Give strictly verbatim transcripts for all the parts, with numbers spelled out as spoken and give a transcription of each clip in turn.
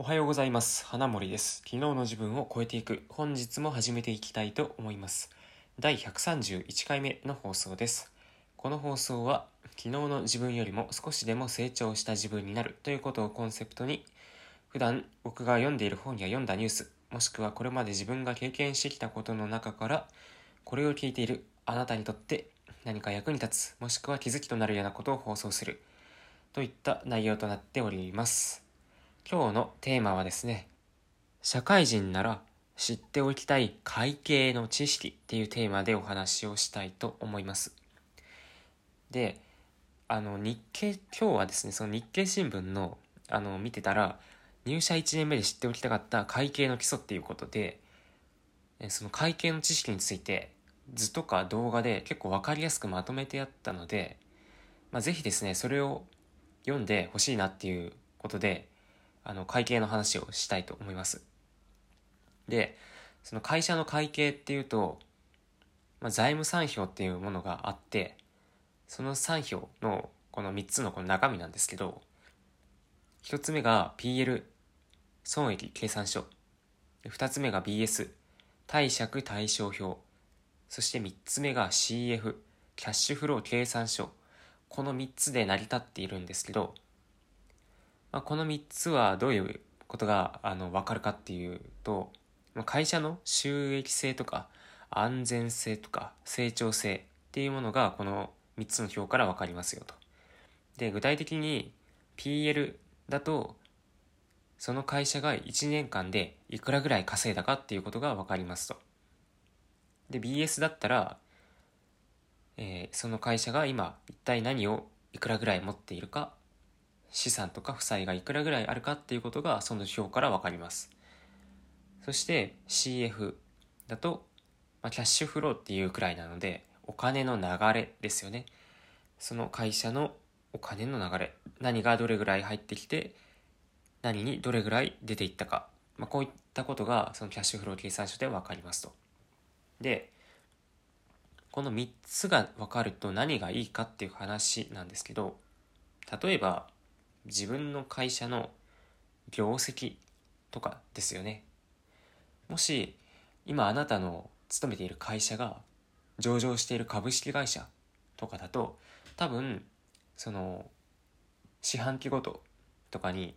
おはようございます。花森です。昨日の自分を超えていく。本日も始めていきたいと思います。だいひゃくさんじゅういちかいめの放送です。この放送は昨日の自分よりも少しでも成長した自分になるということをコンセプトに、普段僕が読んでいる本や読んだニュース、もしくはこれまで自分が経験してきたことの中から、これを聞いているあなたにとって何か役に立つ、もしくは気づきとなるようなことを放送するといった内容となっております。今日のテーマはですね、社会人なら知っておきたい会計の知識っていうテーマでお話をしたいと思います。で、あの日経、今日はですね、その日経新聞のあの見てたら、入社いちねんめで知っておきたかった会計の基礎っていうことで、その会計の知識について図とか動画で結構わかりやすくまとめてあったので、まあ、ぜひですね、それを読んでほしいなっていうことで、あの会計の話をしたいと思います。で、その会社の会計っていうと、まあ、財務三表っていうものがあって、その三表のこのみっつのこの中身なんですけど、ひとつめが ピーエル 損益計算書、ふたつめが ビーエス 貸借対照表、そしてみっつめが シーエフ キャッシュフロー計算書。このみっつで成り立っているんですけど、まあ、このみっつはどういうことがあの分かるかっていうと、会社の収益性とか安全性とか成長性っていうものがこのみっつの表から分かりますよと。で、具体的に ピーエル だと、その会社がいちねんかんでいくらぐらい稼いだかっていうことが分かりますと。で、ビーエス だったら、えーその会社が今一体何をいくらぐらい持っているか、資産とか負債がいくらぐらいあるかっていうことがその表から分かります。そして シーエフ だと、まあ、キャッシュフローっていうくらいなので、お金の流れですよね。その会社のお金の流れ、何がどれぐらい入ってきて、何にどれぐらい出ていったか、まあ、こういったことがそのキャッシュフロー計算書で分かりますと。で、このみっつが分かると何がいいかっていう話なんですけど、例えば自分の会社の業績とかですよね。もし今あなたの勤めている会社が上場している株式会社とかだと、多分その四半期ごととかに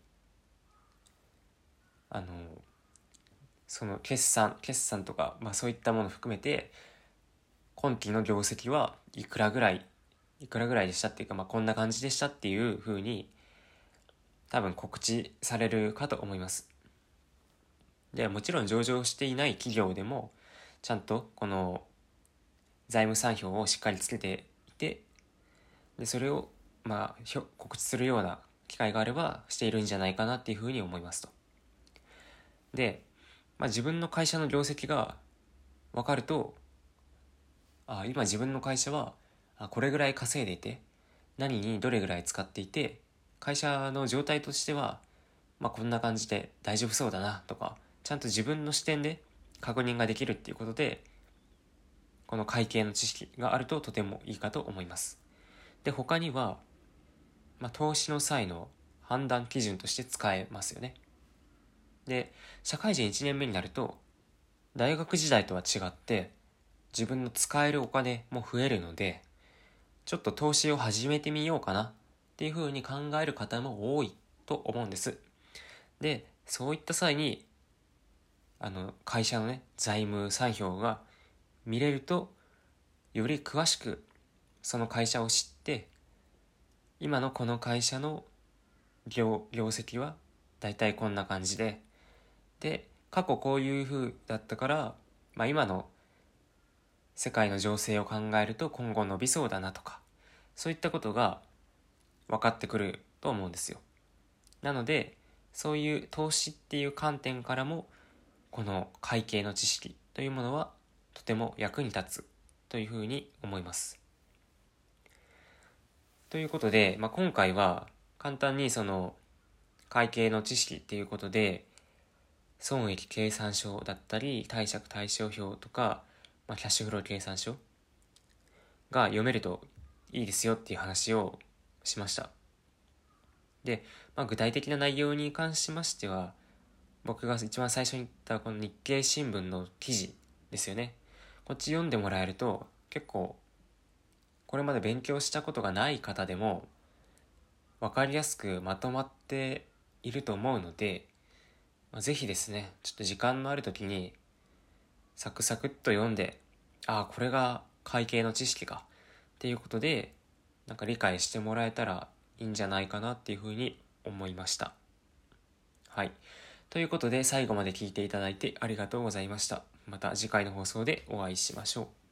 あのその決算決算とか、まあ、そういったものを含めて今期の業績はいくらぐらいいくらぐらいでしたっていうか、まあ、こんな感じでしたっていうふうに多分告知されるかと思います。で、もちろん上場していない企業でもちゃんとこの財務三表をしっかりつけていて、でそれをまあ告知するような機会があればしているんじゃないかなっていうふうに思いますと。で、まあ、自分の会社の業績が分かると、あ今自分の会社はあこれぐらい稼いでいて、何にどれぐらい使っていて、会社の状態としては、まあ、こんな感じで大丈夫そうだなとか、ちゃんと自分の視点で確認ができるっていうことで、この会計の知識があるととてもいいかと思います。で、他には、まあ、投資の際の判断基準として使えますよね。で、社会人いちねんめになると、大学時代とは違って、自分の使えるお金も増えるので、ちょっと投資を始めてみようかなっていうふうに考える方も多いと思うんです。で、そういった際に、あの、会社のね、財務三表が見れると、より詳しくその会社を知って、今のこの会社の業、業績はだいたいこんな感じで、で、過去こういう風だったから、まあ今の世界の情勢を考えると今後伸びそうだなとか、そういったことが分かってくると思うんですよ。なので、そういう投資っていう観点からも、この会計の知識というものはとても役に立つというふうに思います。ということで、まあ、今回は簡単にその会計の知識っていうことで、損益計算書だったり貸借対照表とか、まあ、キャッシュフロー計算書が読めるといいですよっていう話をしました。で、まあ、具体的な内容に関しましては、 僕が一番最初に言ったこの日経新聞の記事ですよね。こっち読んでもらえると結構これまで勉強したことがない方でも分かりやすくまとまっていると思うので、まあ、ぜひですね、ちょっと時間のある時にサクサクっと読んで、ああこれが会計の知識かっていうことでなんか理解してもらえたらいいんじゃないかなっていうふうに思いました。はい。ということで最後まで聞いていただいてありがとうございました。また次回の放送でお会いしましょう。